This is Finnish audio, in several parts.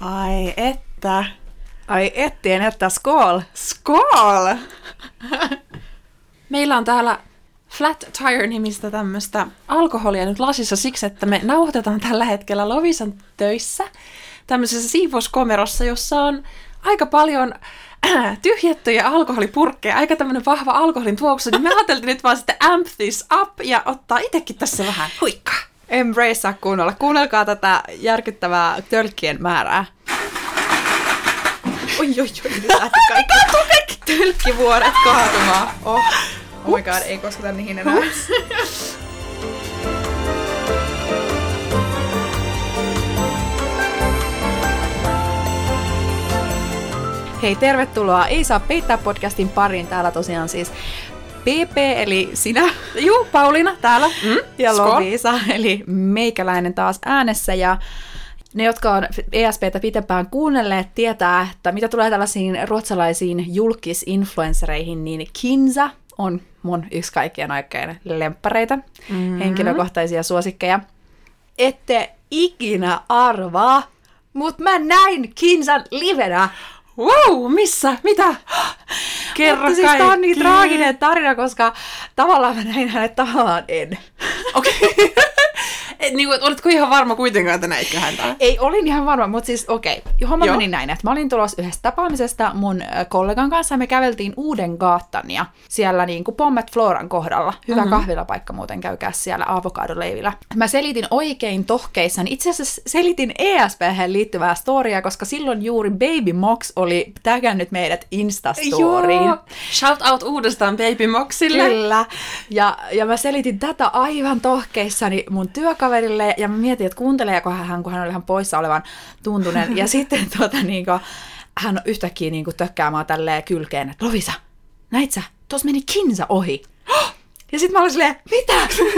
Ai että. Ai ettien, että skål! Skål! Meillä on täällä Flat Tire-nimistä tämmöistä alkoholia nyt lasissa siksi, että me nauhoitetaan tällä hetkellä Lovisan töissä tämmöisessä siivouskomerossa, jossa on aika paljon tyhjettyjä alkoholipurkkeja, aika tämmöinen vahva alkoholin tuoksu, niin me ajateltiin nyt vaan sitten amp this up ja ottaa itsekin tässä vähän huikkaa. Embracea kunnolla. Kuunnelkaa tätä järkyttävää tölkkien määrää. Oi, nyt lähti kaikki tölkkivuoret kaatumaan. Oh my god, ei kosketa niihin enää. Hei, tervetuloa Ei saa peittää podcastin pariin. Täällä tosiaan siis PP, eli sinä, Pauliina täällä, ja Lovisa, eli meikäläinen taas äänessä. Ja ne, jotka on ESPtä pitempään kuunnelleet, tietää, että mitä tulee tällaisiin ruotsalaisiin julkisinfluenssereihin, niin Kinsa on mun yksi kaikkien aikojen lemppareita, henkilökohtaisia suosikkeja. Ette ikinä arvaa, mutta mä näin Kinsan livenä. Wow, missä? Mitä? Kerro kaikki. Siis tää on niin traaginen tarina, koska tavallaan mä näin hänet, tavallaan en. Okei. Niin, olitko ihan varma kuitenkaan, että näitkö häntä? Ei, olin ihan varma, mutta siis okei. Homma meni näin, että mä olin tulossa yhdestä tapaamisesta mun kollegan kanssa ja me käveltiin Uuden Gaatan ja siellä niin kuin Pommet Floran kohdalla. Hyvä kahvilapaikka muuten, käykää siellä avokadoleivillä. Mä selitin oikein tohkeissani. Itse asiassa selitin ESP:hen liittyvää storiaa, koska silloin juuri Baby Mox oli tägännyt meidät Instastoriin. Joo. Shout out uudestaan Baby Moxille. Kyllä. Ja mä selitin tätä aivan tohkeissani mun työkaverille ja mä mietin, että kuunteleeko hän, kun hän oli ihan poissa olevan tuntunen. Ja sitten hän yhtäkkiä tökkää mua tälleen kylkeen, että Lovisa, näit sä? Tuossa meni Kinsa ohi. Ja sitten mä olin silleen, mitä?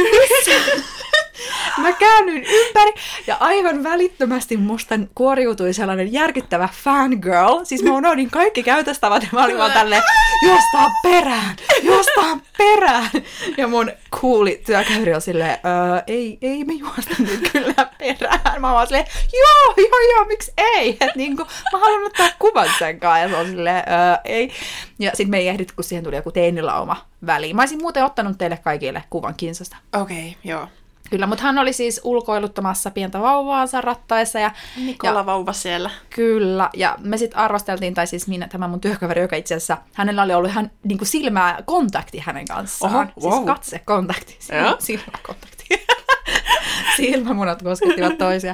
Mä käännyin ympäri ja aivan välittömästi musta kuoriutui sellainen järkyttävä fangirl. Siis mä unohdin kaikki käytöstavat ja mä olin vaan tälleen, juostaan perään. Ja mun cooli työkäyri on silleen, ei me juosta nyt kyllä perään. Mä oon silleen, joo, miksi ei? Et niinku, mä haluan ottaa kuvan sen kanssa ja se on silleen, ei. Ja sit me ei ehditty, kun siihen tuli joku teinilauma väliin. Mä olisin muuten ottanut teille kaikille kuvan Kinsasta. Okei, joo. Kyllä, mutta hän oli siis ulkoiluttamassa pientä vauvaansa rattaissa. Nikola vauva siellä. Kyllä, ja me sitten arvosteltiin, tai siis tämä mun työkaveri, joka itse asiassa, hänellä oli ollut ihan niin kuin silmäkontakti hänen kanssaan. Oho, wow. Siis katsekontakti, silmäkontakti. Silmämunat koskettivat toisia.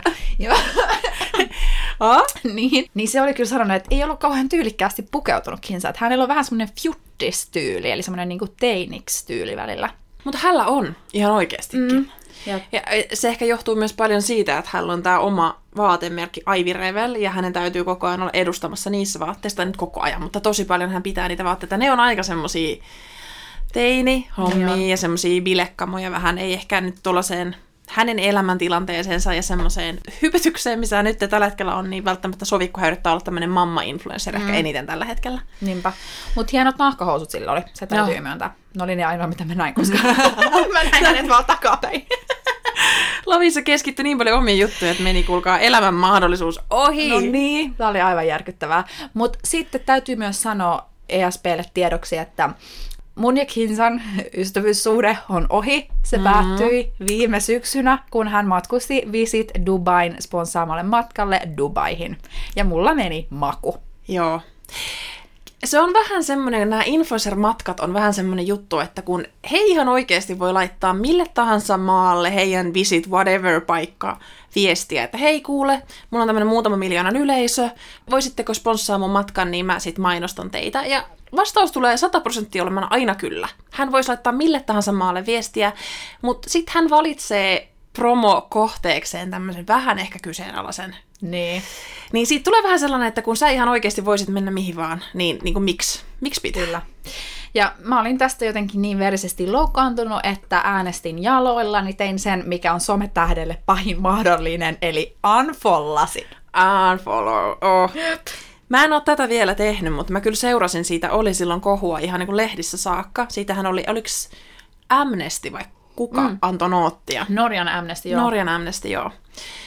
Niin se oli kyllä sanonut, että ei ollut kauhean tyylikkäästi pukeutunut Kinsa, että hänellä on vähän semmoinen fjuttis-tyyli, eli semmoinen niin kuin teiniksi-tyyli välillä. Mutta hänellä on ihan oikeastikin. Ja se ehkä johtuu myös paljon siitä, että hänellä on tämä oma vaatemerkki Ivy Revel, ja hänen täytyy koko ajan olla edustamassa niissä vaatteista, nyt koko ajan, mutta tosi paljon hän pitää niitä vaatteita. Ne on aika semmosia teini-hommia ja semmosia bilekkamoja vähän, ei ehkä nyt tuollaiseen hänen elämäntilanteeseensa ja semmoiseen hypetykseen, missä nyt tällä hetkellä on, niin välttämättä sovi, kun hän yrittää olla tämmöinen mamma-influencer ehkä eniten tällä hetkellä. Niinpä. Mutta hienot nahkahousut sillä oli, se täytyy myöntää. Ne oli ne ainoa, mitä mä näin, koska mä näin hänet vaan takapäin. Lovisa keskittyi niin paljon omiin juttuja, että meni kuulkaa elämän mahdollisuus ohi. No niin, tämä oli aivan järkyttävää. Mutta sitten täytyy myös sanoa ESPlle tiedoksi, että mun ja Kinsan ystävyyssuhde on ohi. Se päättyi viime syksynä, kun hän matkusti Visit Dubain sponsaamalle matkalle Dubaihin. Ja mulla meni maku. Joo. Se on vähän semmoinen, nämä influencer-matkat on vähän semmoinen juttu, että kun he ihan oikeasti voi laittaa mille tahansa maalle heidän visit whatever paikka viestiä, että hei kuule, mulla on tämmöinen muutama miljoonan yleisö, voisitteko sponssaa mun matkan, niin mä sit mainostan teitä. Ja vastaus tulee 100% olemaan aina kyllä. Hän voisi laittaa mille tahansa maalle viestiä, mutta sitten hän valitsee promo-kohteekseen tämmöisen vähän ehkä kyseenalaisen. Niin siitä tulee vähän sellainen, että kun sä ihan oikeasti voisit mennä mihin vaan, niin kuin miksi pitää? Kyllä. Ja mä olin tästä jotenkin niin verisesti loukkaantunut, että äänestin jaloillani, tein sen, mikä on sometähdelle pahin mahdollinen, eli unfollasin. Unfollow, Mä en ole tätä vielä tehnyt, mutta mä kyllä seurasin siitä, oli silloin kohua ihan niin kuin lehdissä saakka. Siitähän oli, oliko Amnesty vai kuka antoi noottia? Norjan Amnesty, joo. Norjan Amnesty, joo.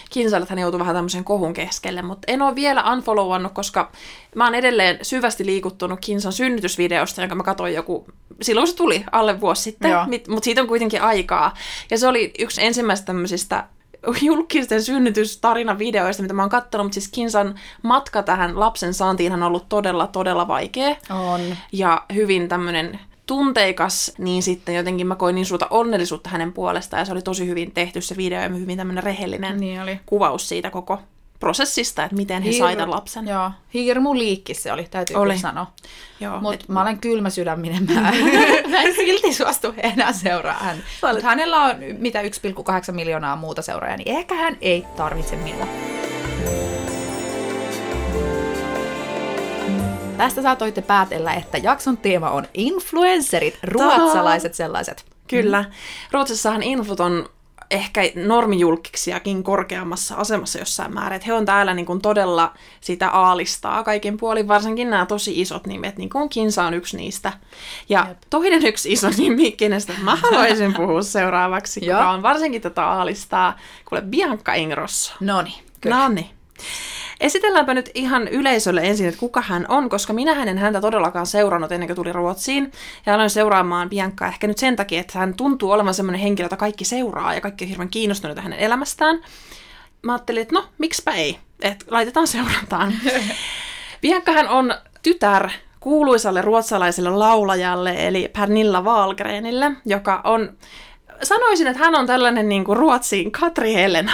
Kinsalle, että hän joutui vähän tämmöisen kohun keskelle, mutta en ole vielä unfollowannut, koska mä oon edelleen syvästi liikuttunut Kinsan synnytysvideosta, jonka mä katsoin silloin se tuli alle vuosi sitten, mutta siitä on kuitenkin aikaa. Ja se oli yksi ensimmäistä tämmöisistä julkisten synnytystarinavideoista, mitä mä oon katsonut, mutta siis Kinsan matka tähän lapsen saantiin on ollut todella, todella vaikea. On. Ja hyvin tämmöinen tunteikas, niin sitten jotenkin mä koin niin suurta onnellisuutta hänen puolestaan, ja se oli tosi hyvin tehty se video, ja hyvin tämmöinen rehellinen kuvaus siitä koko prosessista, että miten he sai tämän lapsen. Joo, hirmu liikki se oli, täytyy sanoa. Mutta mä olen kylmä sydäminen, mä en silti suostu enää seuraamaan. Mutta hänellä on 1,8 miljoonaa muuta seuraajaa, niin ehkä hän ei tarvitse minua. Tästä saatoitte päätellä, että jakson teema on influencerit, ruotsalaiset sellaiset. Kyllä. Ruotsissahan influt on ehkä normijulkiksiakin korkeammassa asemassa jossain määrin. Että he on täällä niin kuin todella sitä aalistaa kaikin puolin, varsinkin nämä tosi isot nimet, niin kuin Kinsa on yksi niistä. Ja toinen yksi iso nimi, kenestä mä haluaisin puhua seuraavaksi, joka on varsinkin tätä aalistaa, kuule Bianca Ingrosso. Noniin. Esitelläänpä nyt ihan yleisölle ensin, että kuka hän on, koska minä en häntä todellakaan seurannut ennen kuin tuli Ruotsiin. Ja aloin seuraamaan Biancaa ehkä nyt sen takia, että hän tuntuu olevan semmoinen henkilö, jota kaikki seuraa ja kaikki on hirveän kiinnostuneita hänen elämästään. Mä ajattelin, että no, miksipä ei, että laitetaan seurantaan. Biancahan on tytär kuuluisalle ruotsalaiselle laulajalle, eli Pernilla Wahlgrenille, joka on, sanoisin, että hän on tällainen niin kuin Ruotsiin Katri Helena.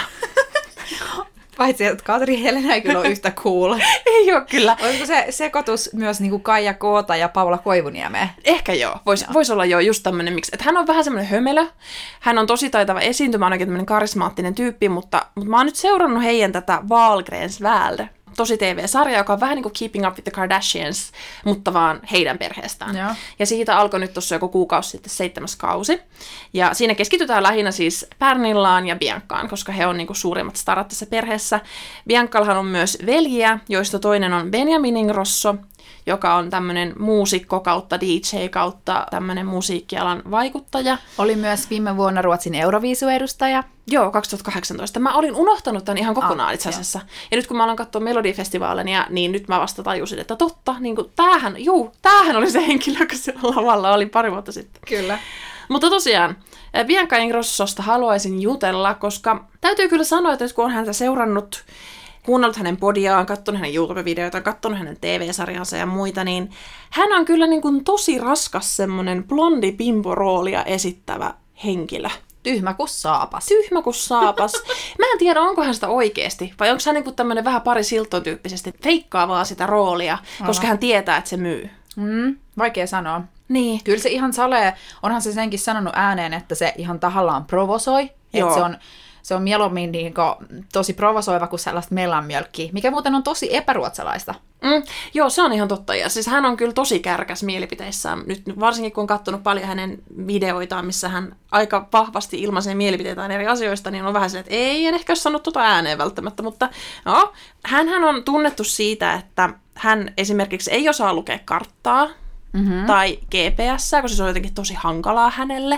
Paitsi, että Katri Helena ei kyllä ole yhtä cool. Ei ole kyllä. Olisiko se sekoitus myös niin kuin Kaija Koota ja Paula Koivuniemeä? Ehkä joo. Vois olla jo just tämmöinen, miksi. Että hän on vähän semmoinen hömelö. Hän on tosi taitava esiintymä, ainakin tämmöinen karismaattinen tyyppi, mutta mä oon nyt seurannut heidän tätä Wahlgrens Värld tosi TV-sarja, joka on vähän niin kuin Keeping Up with the Kardashians, mutta vaan heidän perheestään. Joo. Ja siitä alkoi nyt tuossa joku kuukausi sitten 7. kausi. Ja siinä keskitytään lähinnä siis Pernillaan ja Biancaan, koska he on niin kuin suurimmat starat tässä perheessä. Biancallahan on myös veljiä, joista toinen on Benjamin Ingrosso, joka on tämmöinen muusikko kautta DJ kautta tämmöinen musiikkialan vaikuttaja. Oli myös viime vuonna Ruotsin Euroviisu-edustaja. Joo, 2018. Mä olin unohtanut tämän ihan kokonaan itse asiassa. Ja nyt kun mä aloin katsoa Melodifestivaalia, niin nyt mä vasta tajusin, että totta, niin kuin tämähän oli se henkilö, joka siellä lavalla oli pari vuotta sitten. Kyllä. Mutta tosiaan, Bianca Ingrossosta haluaisin jutella, koska täytyy kyllä sanoa, että kun on häntä seurannut, kuunnellut hänen podiaan, katsonut hänen YouTube-videoitaan, katsonut hänen TV-sarjansa ja muita, niin hän on kyllä niin kuin tosi raskas semmoinen blondi bimbo-roolia esittävä henkilö. Tyhmä kuin saapas. Tyhmä kuin saapas. Mä en tiedä, onko hän sitä oikeasti, vai onko hän niin kuin tämmöinen vähän Paris Hilton tyyppisesti feikkaa vaan sitä roolia, koska hän tietää, että se myy. Vaikea sanoa. Niin. Kyllä se ihan salee, onhan se senkin sanonut ääneen, että se ihan tahallaan provosoi. Että se on mieluummin niin tosi provosoiva kuin sellaista mellanmjölkkiä, mikä muuten on tosi epäruotsalaista. Joo, se on ihan totta. Ja siis hän on kyllä tosi kärkäs mielipiteissään. Nyt varsinkin kun on katsonut paljon hänen videoitaan, missä hän aika vahvasti ilmaisee mielipiteitään eri asioista, niin on vähän se, että en ehkä ole sanonut tuota ääneen välttämättä. Mutta no, hänhän on tunnettu siitä, että hän esimerkiksi ei osaa lukea karttaa tai GPS:ää, koska se on jotenkin tosi hankalaa hänelle.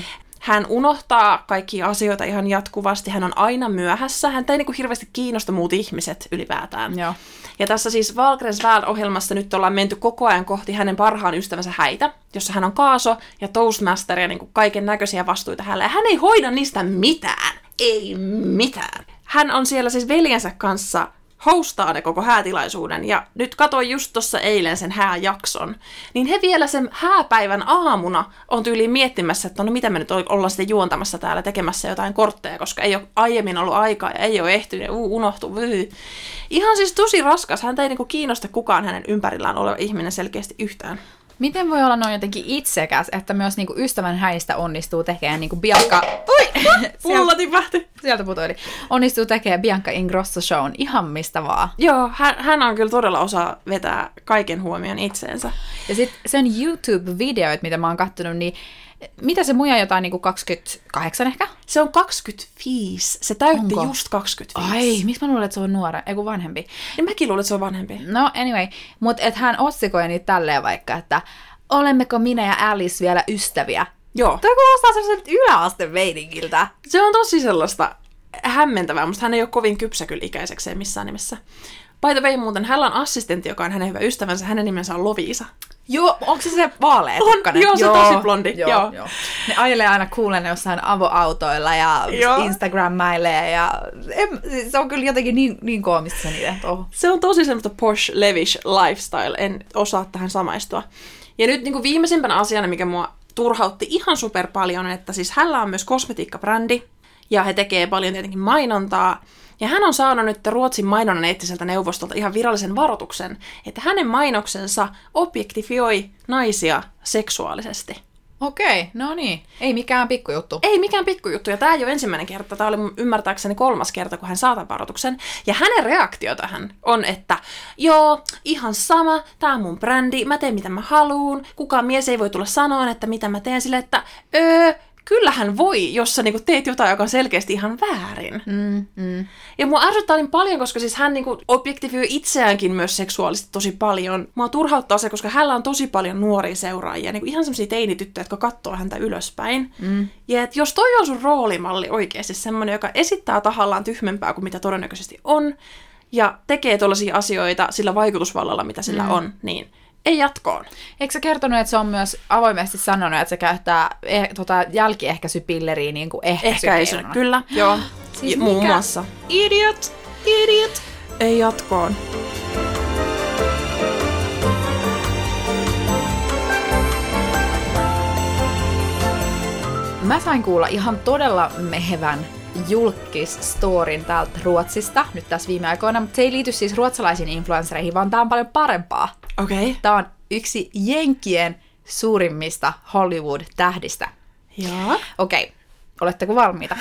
Hän unohtaa kaikkia asioita ihan jatkuvasti. Hän on aina myöhässä. Häntä ei niin kuin hirveästi kiinnosta muut ihmiset ylipäätään. Joo. Ja tässä siis Wahlgrens Värld-ohjelmassa nyt ollaan menty koko ajan kohti hänen parhaan ystävänsä häitä, jossa hän on kaaso ja toastmaster ja niin kuin kaiken näköisiä vastuita hänellä. Ja hän ei hoida niistä mitään. Ei mitään. Hän on siellä siis veljensä kanssa hostaa ne koko häätilaisuuden, ja nyt katsoin just tuossa eilen sen hääjakson, niin he vielä sen hääpäivän aamuna on tyyliin miettimässä, että no mitä me nyt ollaan sitten juontamassa täällä tekemässä jotain kortteja, koska ei ole aiemmin ollut aikaa ja ei ole ehtinyt ja unohtuu. Ihan siis tosi raskas, häntä ei niinku kiinnosta kukaan hänen ympärillään oleva ihminen selkeästi yhtään. Miten voi olla noin jotenkin itsekäs, että myös niinku ystävän häistä onnistuu tekemään niinku Bianca... Pulla tipahti! Sieltä putoili. Onnistuu tekemään Bianca Ingrosso shown ihan mistä vaan. Joo, hän on kyllä todella osaa vetää kaiken huomioon itseensä. Ja sitten sen YouTube-videoit, mitä mä oon kattonut, niin mitä se muija jotain niinku 28 ehkä? Se on 25. Se täytti just 25. Ai, miksi mä luulen, että se on nuora, eiku vanhempi? Ja mäkin luulen, että se on vanhempi. No anyway, mutta et hän otsikoi niitä tälleen vaikka, että olemmeko minä ja Alice vielä ystäviä? Joo. Toi kuulostaa sellaiselta yläaste meininkiltä. Se on tosi sellaista hämmentävää. Musta hän ei ole kovin kypsä kyllä ikäisekseen missään nimessä. By the way, muuten hänellä on assistentti, joka on hänen hyvä ystävänsä. Hänen nimensä on Loviisa. Joo, onko se vaaleatukkainen? Joo, se on tosi blondi. Joo. Ne ajelee aina kuulen jossain avoautoilla ja Instagrammailee ja se on kyllä jotenkin niin koomista se niiden touhu. Se on tosi semmoista posh, lavish lifestyle. En osaa tähän samaistua. Ja nyt niin kuin viimeisimpänä asiana, mikä mua turhautti ihan super paljon, että siis hänellä on myös kosmetiikkabrändi ja he tekee paljon tietenkin mainontaa. Ja hän on saanut nyt Ruotsin mainonnan eettiseltä neuvostolta ihan virallisen varoituksen, että hänen mainoksensa objektifioi naisia seksuaalisesti. Okei, no niin. Ei mikään pikkujuttu. Ei mikään pikkujuttu, ja tämä ei ole ensimmäinen kerta. Tämä oli ymmärtääkseni 3. kerta, kun hän saa tämän varoituksen. Ja hänen reaktio tähän on, että joo, ihan sama, tämä on mun brändi, mä teen mitä mä haluun, kukaan mies ei voi tulla sanoa, että mitä mä teen sille, että kyllähän voi, jos sä niinku teet jotain, joka on selkeästi ihan väärin. Ja mua ärsyttää niin paljon, koska siis hän niinku objektifioi itseäänkin myös seksuaalisesti tosi paljon. Mua turhauttaa se, koska hänellä on tosi paljon nuoria seuraajia, niinku ihan semmosia teinityttöjä, jotka katsoo häntä ylöspäin. Ja et jos toi on sun roolimalli oikeasti semmoinen, joka esittää tahallaan tyhmempää kuin mitä todennäköisesti on, ja tekee tollaisia asioita sillä vaikutusvallalla, mitä sillä on, niin ei jatkoon. Eikö sä kertonut, että se on myös avoimesti sanonut, että se käyttää jälkiehkäisypilleriä niin kuin ehkäisykeinona? Kyllä, joo. Siis muun muassa. Idiot! Ei jatkoon. Mä sain kuulla ihan todella mehevän julkis-storin täältä Ruotsista nyt tässä viime aikoina, mutta se ei liity siis ruotsalaisiin influenssereihin, vaan tää on paljon parempaa. Okei. Tää on yksi Jenkkien suurimmista Hollywood-tähdistä. Joo. Okei, oletteko valmiita?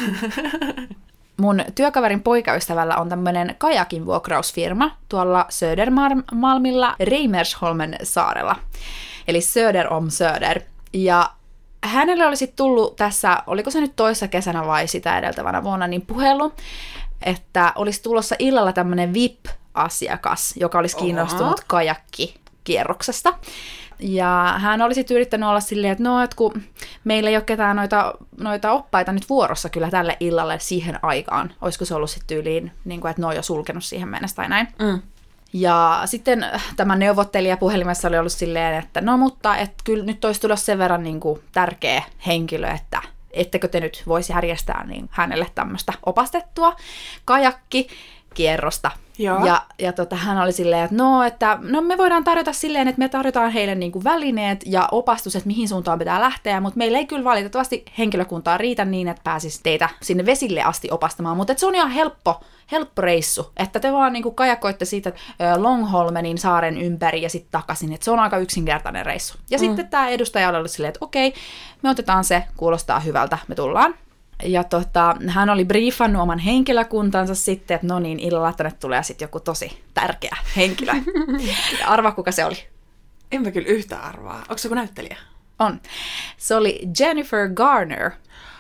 Mun työkaverin poikaystävällä on tämmönen kajakin vuokrausfirma tuolla Södermalmilla Reimersholmen saarella. Eli Söder om Söder. Ja hänelle olisi tullut tässä, oliko se nyt toissa kesänä vai sitä edeltävänä vuonna, niin puhelu, että olisi tulossa illalla tämmönen VIP-asiakas, joka olisi kiinnostunut kajakkikierroksesta. Ja hän olisi yrittänyt olla silleen, että no, että kun meillä ei ole ketään noita oppaita nyt vuorossa kyllä tälle illalle siihen aikaan. Olisiko se ollut sitten tyyliin, niin kuin, että ne on jo sulkenut siihen mennessä tai näin. Ja sitten tämä neuvottelija puhelimessa oli ollut silleen, että no mutta, että kyllä nyt olisi tulossa sen verran niin kuin tärkeä henkilö, että ettekö te nyt voisi järjestää niin hänelle tämmöistä opastettua kajakkikierrosta. Ja hän oli silleen, että no me voidaan tarjota silleen, että me tarjotaan heille niinku välineet ja opastus, että mihin suuntaan pitää lähteä, mutta meillä ei kyllä valitettavasti henkilökuntaa riitä niin, että pääsisi teitä sinne vesille asti opastamaan, mutta se on ihan helppo reissu, että te vaan niinku kajakoitte siitä Longholmenin saaren ympäri ja sitten takaisin, että se on aika yksinkertainen reissu. Ja sitten tämä edustaja oli silleen, että okei, me otetaan se, kuulostaa hyvältä, me tullaan. Ja hän oli briefannut oman henkilökuntansa sitten, että no niin, illalla tänne tulee sitten joku tosi tärkeä henkilö. Ja arvaa, kuka se oli? En mä kyllä yhtään arvaa. Onko se joku näyttelijä? On. Se oli Jennifer Garner.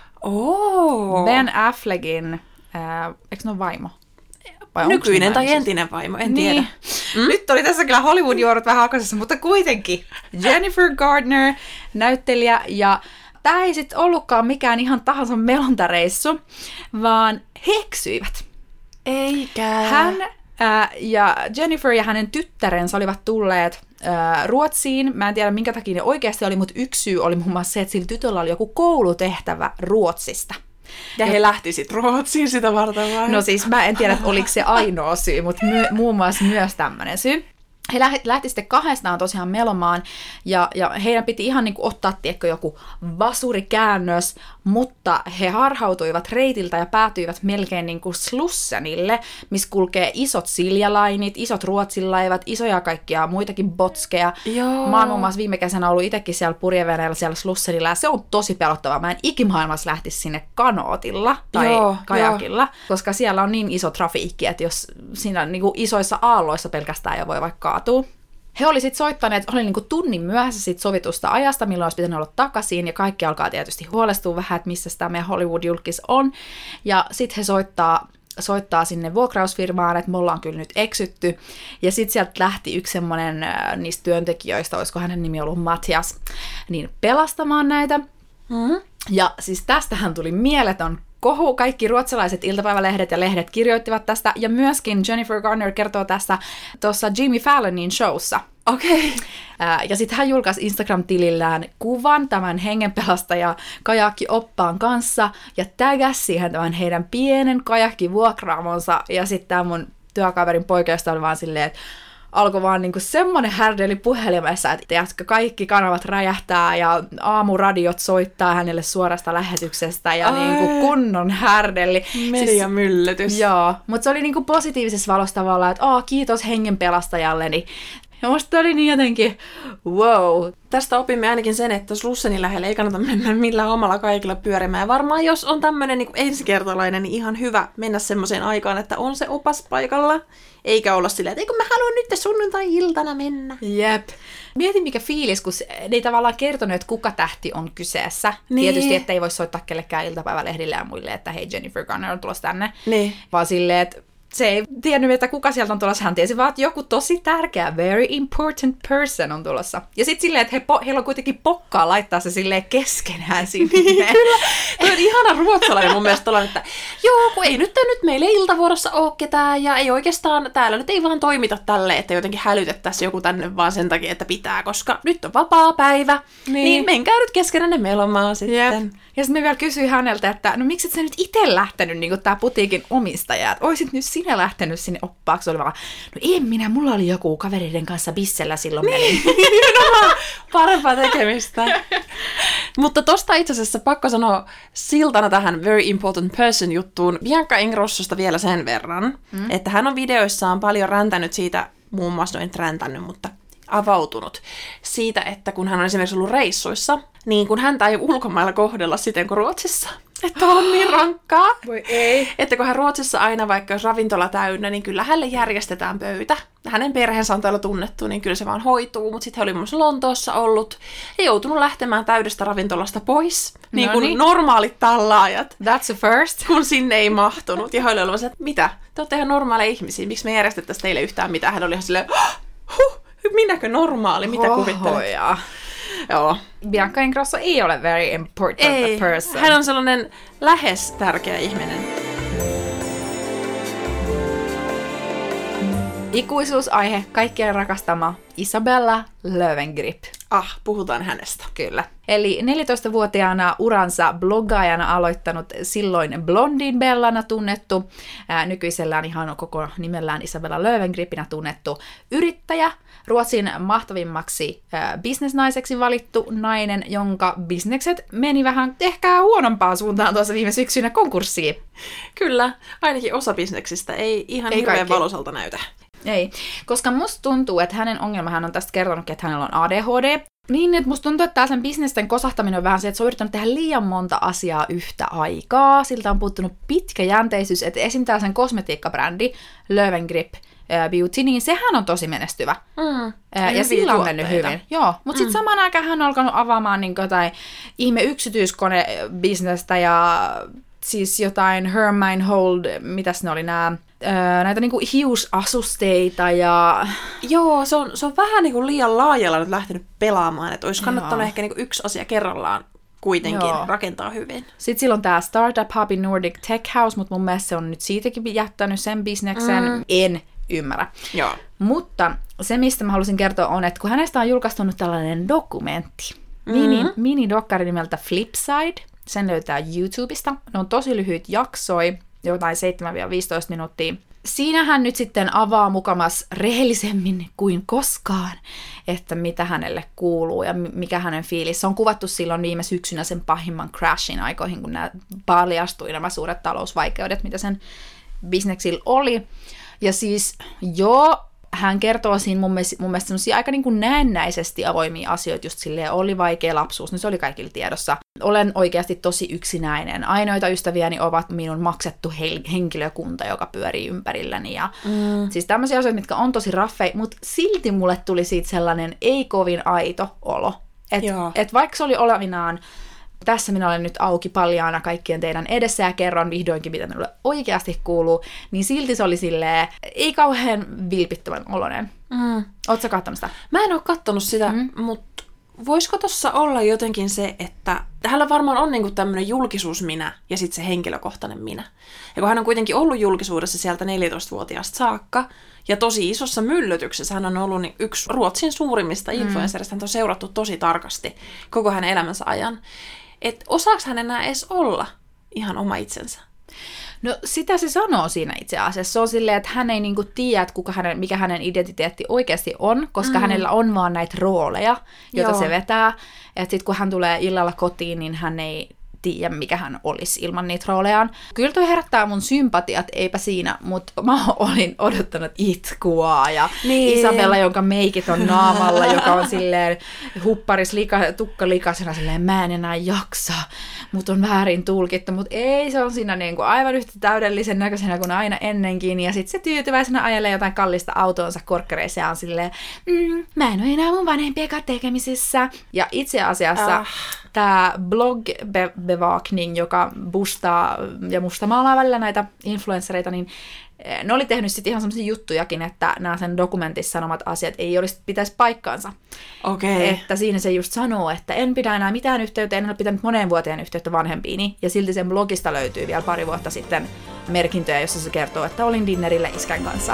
Ben Affleckin, eikö ne ole vaimo? Nykyinen tai entinen vaimo, en tiedä. Nyt oli tässä kyllä Hollywood-juorot vähän hakasessa, mutta kuitenkin. Jennifer Garner, näyttelijä, ja tämä ei sitten ollutkaan mikään ihan tahansa melontareissu, vaan he eksyivät. Eikä. Hän ja Jennifer ja hänen tyttärensä olivat tulleet Ruotsiin. Mä en tiedä, minkä takia ne oikeasti oli, mutta yksi syy oli muun muassa se, että sillä tytöllä oli joku koulutehtävä Ruotsista. Ja he lähti sitten Ruotsiin sitä varten vai? No siis mä en tiedä, oliko se ainoa syy, mutta muun muassa myös tämmöinen syy. He lähti sitten kahdestaan tosiaan melomaan, ja heidän piti ihan niin kuin ottaa joku vasurikäännös, mutta he harhautuivat reitiltä ja päätyivät melkein niin kuin Slussenille, missä kulkee isot Siljalainit, isot Ruotsinlaivat, isoja kaikkia muitakin botskeja. Mä oon muun muassa viime kesänä ollut itsekin siellä purjeveneellä siellä Slussenilla, ja se on tosi pelottavaa. Mä en ikimaailmassa lähtisi sinne kanootilla tai kajakilla, koska siellä on niin iso trafiikki, että jos siinä niin kuin isoissa aalloissa pelkästään jo voi vaikka kaatua. He oli sitten soittaneet, oli niinku tunnin myöhässä sit sovitusta ajasta, milloin olisi pitänyt olla takaisin, ja kaikki alkaa tietysti huolestua vähän, että missä tämä meidän Hollywood-julkis on. Ja sitten he soittaa sinne vuokrausfirmaan, että me ollaan kyllä nyt eksytty. Ja sitten sieltä lähti yksi semmoinen niistä työntekijöistä, olisiko hänen nimi ollut Matias, niin pelastamaan näitä. Ja siis tästähän tuli mieletön kohu. Kaikki ruotsalaiset iltapäivälehdet ja lehdet kirjoittivat tästä, ja myöskin Jennifer Garner kertoo tästä tuossa Jimmy Fallonin showssa. Okei. Ja sitten hän julkaisi Instagram-tilillään kuvan tämän hengenpelastaja kajakkioppaan kanssa ja tägäsi siihen tämän heidän pienen kajakkivuokraamonsa. Ja sitten tämä mun työkaverin poikeista oli vaan silleen, että alkoi vaan niinku semmoinen härdeli puhelimessa, että tiedätkö, kaikki kanavat räjähtää ja aamuradiot soittaa hänelle suorasta lähetyksestä ja niinku kunnon härdeli. Mediamyllytys. Siis, joo, mutta se oli niinku positiivisessa valossa tavallaan, että kiitos hengenpelastajalleni. Ja musta oli niin jotenkin, wow. Tästä opimme ainakin sen, että Slussenin lähellä ei kannata mennä millään omalla kaikilla pyörimään. Ja varmaan jos on tämmöinen niin ensikertalainen, niin ihan hyvä mennä semmoiseen aikaan, että on se opas paikalla. Eikä olla silleen, että eikö mä haluan nyt sunnuntai-iltana mennä. Jep. Mietin mikä fiilis, kun ne ei tavallaan kertonut, että kuka tähti on kyseessä. Niin. Tietysti, että ei voi soittaa kellekään iltapäivälehdille ja muille, että hei, Jennifer Garner on tulossa tänne. Niin. Vaan silleen, että se ei tiennyt, että kuka sieltä on tulossa. Hän tiesi vaan, että joku tosi tärkeä, very important person on tulossa. Ja sitten silleen, että heillä on kuitenkin pokkaa laittaa se silleen keskenään sinne. Kyllä. Toi on ihana ruotsalainen mun mielestä olla, että joo, kun ei nyt meillä ei iltavuorossa ole ketään ja ei oikeastaan, täällä nyt ei vaan toimita tälleen, että jotenkin hälytettäisiin joku tänne vaan sen takia, että pitää, koska nyt on vapaa päivä. Niin menkää nyt keskenään ne melomaan sitten. Yep. Ja sitten me vielä kysyin häneltä, että no miksi et sä nyt itse lähtenyt, niin kuin tää putiikin omistaja, että oisit nyt sinä lähtenyt sinne oppaaksi, oli vaan, no en minä, mulla oli joku kavereiden kanssa bissellä silloin menin. Parempaa tekemistä. Mutta tosta itse asiassa pakko sanoa siltana tähän very important person juttuun Bianca Ingrossosta vielä sen verran, että hän on videoissaan paljon räntänyt siitä, muun muassa räntänyt, mutta avautunut siitä, että kun hän on esimerkiksi ollut reissuissa, niin kun häntä ei ulkomailla kohdella siten kuin Ruotsissa. Että on niin rankkaa. Voi ei. Että kun hän Ruotsissa aina, vaikka jos ravintola täynnä, niin kyllä hänelle järjestetään pöytä. Hänen perheensä on täällä tunnettu, niin kyllä se vaan hoituu. Mutta sitten he oli muun muassa Lontoossa ollut ja joutunut lähtemään täydestä ravintolasta pois. Niin kuin normaalit tallaajat. That's a first. Kun sinne ei mahtunut. Ja he oli ollut että mitä? Te olette ihan normaaleja ihmisiä. Miksi me järjestettäisiin teille yhtään mitään? Hän oli ihan silleen, minäkö normaali? Mitä kuvittelet? Joo. Bianca Ingrosso ei ole very important person. Hän on sellainen lähes tärkeä ihminen. Ikuisuusaihe, kaikkien rakastama Isabella Löwengrip. Puhutaan hänestä. Kyllä. Eli 14-vuotiaana uransa bloggaajana aloittanut silloin Blondin Bellana tunnettu, nykyisellään ihan koko nimellään Isabella Löwengripinä tunnettu yrittäjä, Ruotsin mahtavimmaksi bisnesnaiseksi valittu nainen, jonka bisnekset meni vähän ehkä huonompaan suuntaan tuossa viime syksynä konkurssiin. Kyllä, ainakin osa bisneksistä ei ihan hirveän valoisalta näytä. Ei, koska musta tuntuu, että hänen ongelma, hän on tästä kertonutkin, että hänellä on ADHD. Niin, että musta tuntuu, että tää sen bisnesten kosahtaminen on vähän se, että se on yrittänyt tehdä liian monta asiaa yhtä aikaa. Siltä on puuttunut pitkäjänteisyys, että esim. Tää sen kosmetiikkabrändi Löwengrip Beauty, niin sehän on tosi menestyvä. Ja sillä on mennyt hyvin. Joo, mutta sitten samaan aikaan hän on alkanut avaamaan niin jotain ihme yksityiskone-bisnestä ja siis jotain Hermine Hold, mitäs ne oli näitä niinku hiusasusteita ja... Joo, se on vähän niinku liian laajalla nyt lähtenyt pelaamaan, että olisi kannattanut ehkä niinku yksi asia kerrallaan kuitenkin rakentaa hyvin. Sitten sillä on tämä Startup Hub in Nordic Tech House, mutta mun mielestä se on nyt siitäkin jättänyt sen bisneksen. En ymmärrä. Joo. Mutta se, mistä mä halusin kertoa, on, että kun hänestä on julkaistunut tällainen dokumentti, mini-dokkari nimeltä Flipside, sen löytää YouTubesta. Ne on tosi lyhyt jaksoi, jotain 7-15 minuuttia. Siinä hän nyt sitten avaa mukamas rehellisemmin kuin koskaan, että mitä hänelle kuuluu ja mikä hänen fiilis. Se on kuvattu silloin viime syksynä sen pahimman crashin aikoihin, kun nämä paljastui nämä suuret talousvaikeudet, mitä sen bisneksillä oli. Ja siis hän kertoo siinä mun mielestä semmosia aika niin kuin näennäisesti avoimia asioita, just silleen oli vaikea lapsuus, niin se oli kaikilla tiedossa. Olen oikeasti tosi yksinäinen. Ainoita ystäviäni ovat minun maksettu henkilökunta, joka pyörii ympärilläni. Ja siis tämmöisiä asioita, mitkä on tosi raffeja, mutta silti mulle tuli siitä sellainen ei kovin aito olo. Että vaikka se oli olevinaan, tässä minä olen nyt auki paljaana kaikkien teidän edessä ja kerron vihdoinkin, mitä minulle oikeasti kuuluu, niin silti se oli silleen, ei kauhean vilpittömän oloinen. Ootko sä kattonut sitä? Mä en oo kattonut sitä, mutta voisiko tossa olla jotenkin se, että hänellä varmaan on niinku tämmöinen julkisuusminä ja sitten se henkilökohtainen minä. Ja kun hän on kuitenkin ollut julkisuudessa sieltä 14-vuotiaasta saakka, ja tosi isossa myllytyksessä hän on ollut yksi Ruotsin suurimmista influencerista, hän on seurattu tosi tarkasti koko hänen elämänsä ajan. Että osaako hän enää edes olla ihan oma itsensä? No sitä se sanoo siinä itse asiassa. Se on silleen, että hän ei niinku tiedä, että mikä hänen identiteetti oikeasti on, koska hänellä on vaan näitä rooleja, joita se vetää. Että sitten kun hän tulee illalla kotiin, niin hän ei tiedä, mikä hän olisi ilman niitä roolejaan. Kyllä toi herättää mun sympatiat, eipä siinä, mutta mä olin odottanut itkua ja Isabella, jonka meikit on naamalla, joka on silleen hupparis tukka likasena silleen, mä en enää jaksa, mut on väärin tulkittu, mutta ei, se on siinä niinku aivan yhtä täydellisen näköisenä kuin aina ennenkin, ja sitten se tyytyväisenä ajelee jotain kallista autoonsa korkkareissa ja on silleen, mä en ole enää mun vanhempien kanssa tekemisissä. Ja itse asiassa tämä blogbevakning, joka boostaa ja mustamaalaa välillä näitä influenssereita, niin ne oli tehnyt sitten ihan sellaisia juttujakin, että nämä sen dokumentissa sanomat asiat ei pitäisi paikkaansa. Okay. Että siinä se just sanoo, että en pidä enää mitään yhteyttä, en ole pitänyt moneen vuoteen yhteyttä vanhempiini. Ja silti sen blogista löytyy vielä pari vuotta sitten merkintöjä, jossa se kertoo, että olin dinnerillä iskän kanssa.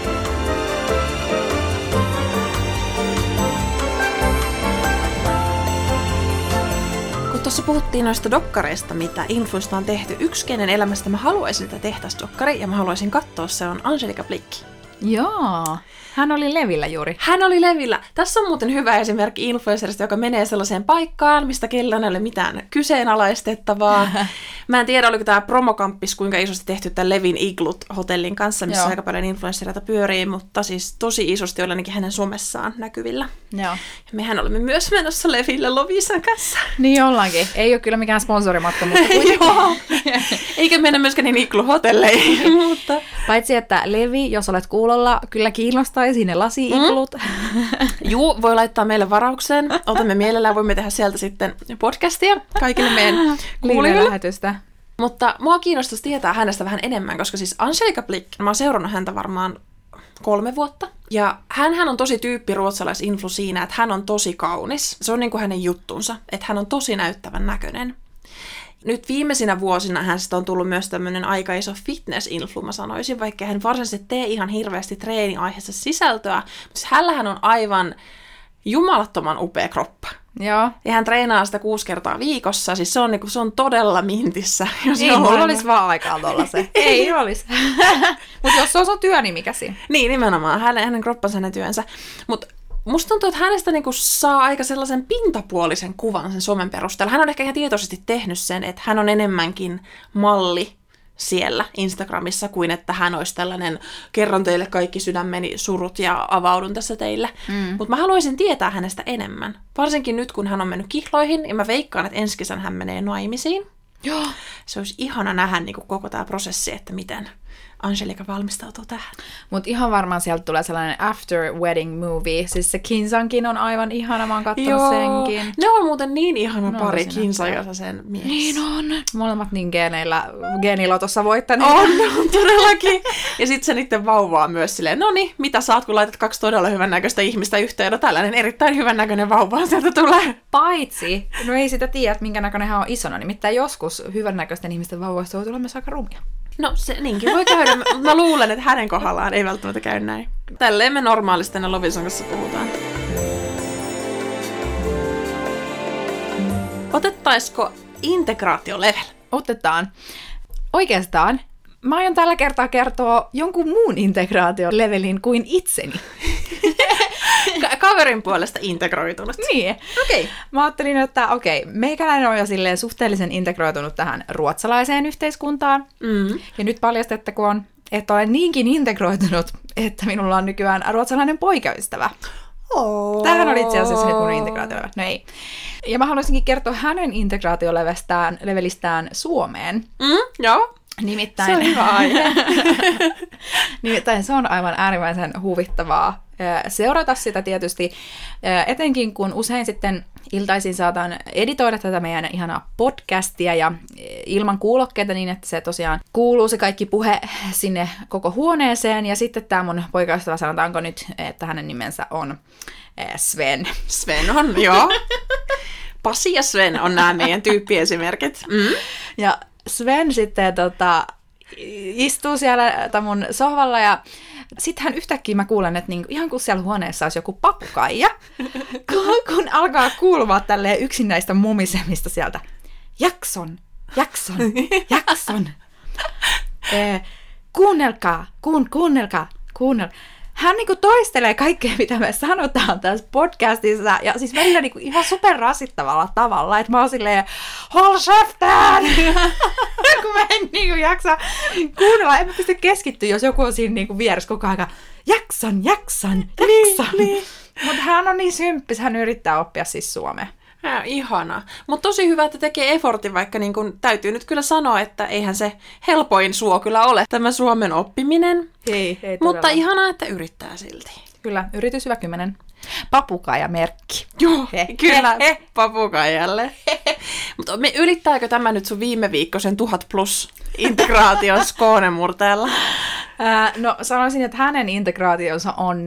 Tuossa puhuttiin noista dokkareista, mitä influista on tehty. Yksi, kenen elämästä mä haluaisin, että tehtäisiin dokkari, ja mä haluaisin katsoa, se on Angelica Blick. Joo, hän oli Levillä juuri. Hän oli Levillä. Tässä on muuten hyvä esimerkki influencerista, joka menee sellaiseen paikkaan, mistä kellään ei ole mitään kyseenalaistettavaa. Mä en tiedä, oliko tämä promokamppis kuinka isosti tehty tämän Levin Iglut-hotellin kanssa, missä aika paljon influencereita pyörii, mutta siis tosi isosti oli ainakin hänen somessaan näkyvillä. Joo. Ja mehän olemme myös menossa Leville Lovisan kanssa. Niin ollaankin. Ei ole kyllä mikään sponsorimatka, mutta kuitenkin. Eikä mennä myöskään niin Iglu-hotelleihin. Mutta... Paitsi, että Levi, jos olet kuulolla, kyllä kiinnostaisi ne lasi-iglut. Juu, voi laittaa meille varaukseen. Otamme mielellään, voimme tehdä sieltä sitten podcastia kaikille meidän kuulijoille. Mutta mua kiinnostaisi tietää hänestä vähän enemmän, koska siis Angelica Blick, mä oon seurannut häntä varmaan 3 vuotta. Ja hän on tosi tyyppi ruotsalaisinflu siinä, että hän on tosi kaunis. Se on niin kuin hänen juttunsa, että hän on tosi näyttävän näköinen. Nyt viimeisinä vuosina hänestä on tullut myös tämmöinen aika iso fitness-influ, mä sanoisin, vaikka hän varsinaisesti tee ihan hirveästi treeniaiheessa sisältöä. Mutta hänellähän on aivan jumalattoman upea kroppa. Joo. Ja hän treenaa sitä 6 kertaa viikossa, siis se on todella mintissä. Ei mulla olisi vaan aikaa tollasen. Ei olisi. Mutta jos se on sun työ, niin mikä siinä? Niin, nimenomaan. Hänen kroppansa, hänen työnsä. Mutta musta tuntuu, että hänestä niinku saa aika sellaisen pintapuolisen kuvan sen somen perusteella. Hän on ehkä ihan tietoisesti tehnyt sen, että hän on enemmänkin malli siellä Instagramissa kuin että hän olisi tällainen, kerron teille kaikki sydämeni surut ja avaudun tässä teille. Mutta mä haluaisin tietää hänestä enemmän. Varsinkin nyt, kun hän on mennyt kihloihin, ja mä veikkaan, että ensi kesän hän menee naimisiin. Joo. Se olisi ihana nähdä niin kuin koko tämä prosessi, että miten Angelica valmistautuu tähän. Mutta ihan varmaan sieltä tulee sellainen after wedding movie. Siis se Kinsankin on aivan ihana, mä oon katsonut senkin. Ne on muuten niin ihana pari, Kinsa ja sen mies. Niin on. Molemmat niin geenilotossa voittaneet. On todellakin. Ja sitten se niiden vauvaa myös silleen, no niin, mitä saat, kun laitat 2 todella hyvännäköistä ihmistä yhteen. No tällainen erittäin hyvännäköinen vauva sieltä tulee. Paitsi, no ei sitä tiedä, että minkä näköinen hän on isona. Nimittäin joskus hyvännäköisten ihmisten vauvoista voi tulla myös aika rumia. No se niinkin voi käydä. Mä luulen, että hänen kohdallaan ei välttämättä käy näin. Tälleen me normaalisti tänne Lovisan kanssa puhutaan. Otettaisiko integraatiolevel? Otetaan. Oikeastaan mä aion tällä kertaa kertoa jonkun muun integraatiolevelin kuin itseni. Kaverin puolesta integroitunut. Niin. Okei. Mä ajattelin, että meikäläinen on jo silleen suhteellisen integroitunut tähän ruotsalaiseen yhteiskuntaan. Ja nyt paljastettakoon, että olen niinkin integroitunut, että minulla on nykyään ruotsalainen poikaystävä. Tämähän oli itse asiassa nyt mun integraatiolevä. No ei. Ja mä haluaisinkin kertoa hänen integraatiolevelistään Suomeen. Joo. Nimittäin, se on hyvä aihe. Nimittäin se on aivan äärimmäisen huvittavaa. seurata sitä tietysti, etenkin kun usein sitten iltaisin saatan editoida tätä meidän ihanaa podcastia ja ilman kuulokkeita niin, että se tosiaan kuuluu se kaikki puhe sinne koko huoneeseen. Ja sitten tämä mun poikaystävä, sanotaanko nyt, että hänen nimensä on Sven. Sven on, joo. Pasi ja Sven on nämä meidän tyyppiesimerkit. Ja Sven sitten istuu siellä mun sohvalla ja sitten hän yhtäkkiä mä kuulen, että niinku, ihan kun siellä huoneessa olisi joku papukaija, kun alkaa kuulua tälleen yksinäistä mumisemista sieltä. Jakson. Kuunnelkaa. Hän niinku toistelee kaikkea, mitä me sanotaan tässä podcastissa, ja siis välillä niinku ihan superrasittavalla tavalla, että mä oon silleen, hold shaftan! Kun mä en niinku jaksa kuunnella, en mä pysty keskittyä, jos joku on siinä niinku vieressä koko ajan, jakson. Niin. Mutta hän on niin symppis, hän yrittää oppia siis suomea. Ihana. Mutta tosi hyvä, että tekee effortin, vaikka niin kun täytyy nyt kyllä sanoa, että eihän se helpoin suo kyllä ole tämä suomen oppiminen. Ei mutta ihanaa, että yrittää silti. Kyllä, yritys hyvä 10. Papukaijamerkki. Joo, kyllä, papukaijalle. Mutta ylittääkö tämä nyt sun viime viikkoisen 1000+ integraation skoonemurteella? No sanoisin, että hänen integraationsa on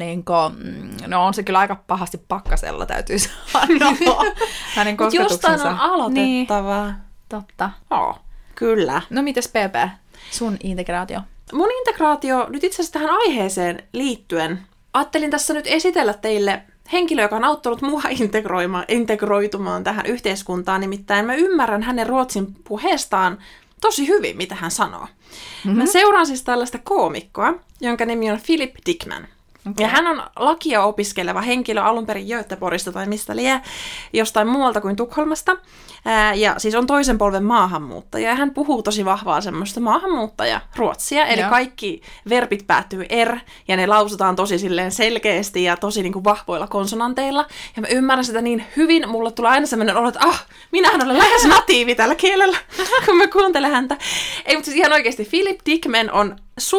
on se kyllä aika pahasti pakkasella, täytyy sanoa. Hänen kosketuksensa. Jostain on aloitettava. Niin, totta. Kyllä. No mites PP, sun integraatio? Mun integraatio nyt itse asiassa tähän aiheeseen liittyen. Ajattelin tässä nyt esitellä teille henkilö, joka on auttanut mua integroitumaan tähän yhteiskuntaan. Nimittäin mä ymmärrän hänen ruotsin puheestaan tosi hyvin, mitä hän sanoo. Mä seuraan siis tällaista koomikkoa, jonka nimi on Philip Dickman. Okay. Ja hän on lakia opiskeleva henkilö alun perin Göteborgista tai mistä lie, jostain muualta kuin Tukholmasta. Ja siis on toisen polven maahanmuuttaja. Ja hän puhuu tosi vahvaa semmoista maahanmuuttaja-ruotsia. Eli kaikki verbit päättyy ja ne lausutaan tosi silleen selkeästi ja tosi niin kuin vahvoilla konsonanteilla. Ja mä ymmärrän sitä niin hyvin. Mulle tulee aina semmoinen olo, että minähän olen lähes natiivi tällä kielellä, kun mä kuuntelen häntä. Ei, mutta siis ihan oikeasti Philip Dickman on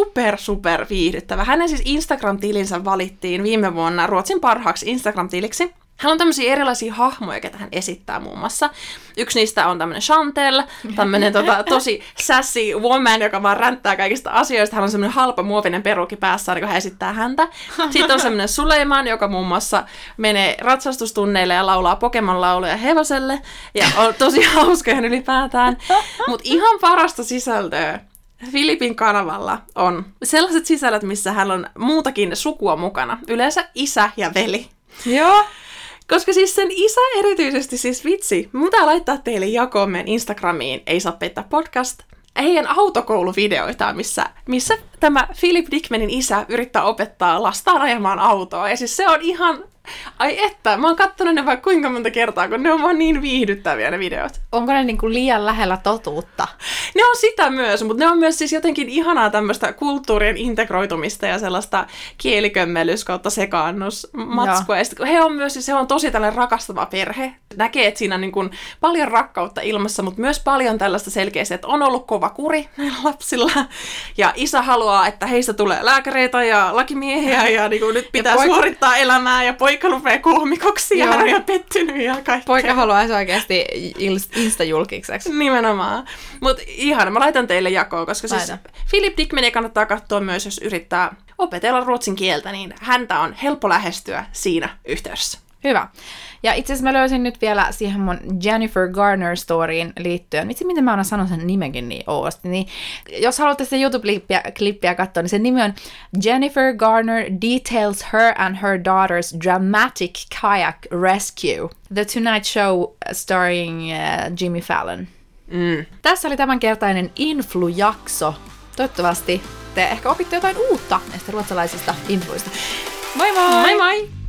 super viihdyttävä. Hänen siis Instagram-tilinsä valittiin viime vuonna Ruotsin parhaaksi Instagram-tiliksi. Hän on tämmöisiä erilaisia hahmoja, ketä hän esittää muun muassa. Yksi niistä on tämmöinen Chantel, tämmöinen tosi sassy woman, joka vaan ränttää kaikista asioista. Hän on semmoinen halpa muovinen peruukki päässä, kun hän esittää häntä. Sitten on semmoinen Suleiman, joka muun muassa menee ratsastustunneille ja laulaa Pokemon-lauluja hevoselle. Ja on tosi hauska ihan ylipäätään. Mutta ihan parasta sisältöä Filipin kanavalla on sellaiset sisällöt, missä hän on muutakin sukua mukana. Yleensä isä ja veli. Joo. Koska siis sen isä erityisesti, siis vitsi, mun pitää laittaa teille jakoon meidän Instagramiin, ei saa peittää podcast, heidän autokouluvideoitaan, missä tämä Philip Dickmanin isä yrittää opettaa lastaan ajamaan autoa. Ja siis se on ihan, ai että, mä oon kattonut ne vaikka kuinka monta kertaa, kun ne on vaan niin viihdyttäviä ne videot. Onko ne niinku liian lähellä totuutta? Ne on sitä myös, mutta ne on myös siis jotenkin ihanaa tämmöistä kulttuurien integroitumista ja sellaista kielikömmelys kautta sekaannusmatskua. Ja sitten he on myös, siis he on tosi tällainen rakastava perhe. Näkee, että siinä on niin kuin paljon rakkautta ilmassa, mutta myös paljon tällaista selkeästi, että on ollut kova kuri näillä lapsilla. Ja isä haluaa, että heistä tulee lääkäreitä ja lakimiehiä ja niin kuin nyt pitää suorittaa elämää ja poika rupeaa koomikoksi ja hän on ihan pettynyt ja kaikkea. Poika haluaisi oikeasti Insta-julkikseksi. Nimenomaan. Mutta ihana, mä laitan teille jakoon, koska siis Philip Dickmania kannattaa katsoa myös, jos yrittää opetella ruotsin kieltä, niin häntä on helppo lähestyä siinä yhteydessä. Hyvä. Ja itse asiassa mä löysin nyt vielä siihen mun Jennifer Garner-storyin liittyen. Vitsi, miten mä aina sanon sen nimenkin niin ouosti. Niin, jos haluatte sitä YouTube-klippiä katsoa, niin sen nimi on Jennifer Garner details her and her daughter's dramatic kayak rescue. The Tonight Show starring Jimmy Fallon. Tässä oli tämänkertainen Influ-jakso. Toivottavasti te ehkä opitte jotain uutta näistä ruotsalaisista influista. Moi moi! Moi moi!